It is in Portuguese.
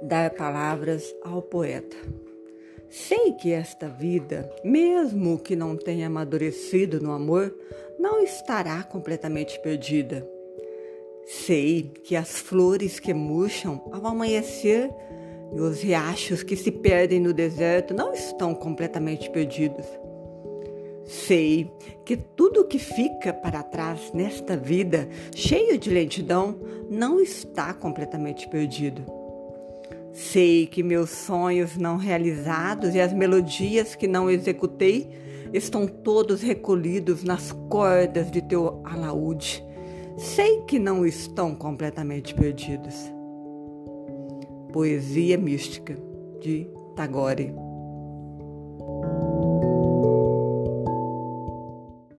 dar palavras ao poeta. Sei que esta vida, mesmo que não tenha amadurecido no amor, não estará completamente perdida. Sei que as flores que murcham ao amanhecer e os riachos que se perdem no deserto não estão completamente perdidos. Sei que tudo que fica para trás nesta vida, cheio de lentidão, não está completamente perdido. Sei que meus sonhos não realizados e as melodias que não executei estão todos recolhidos nas cordas de teu alaúde. Sei que não estão completamente perdidos. Poesia Mística, de Tagore.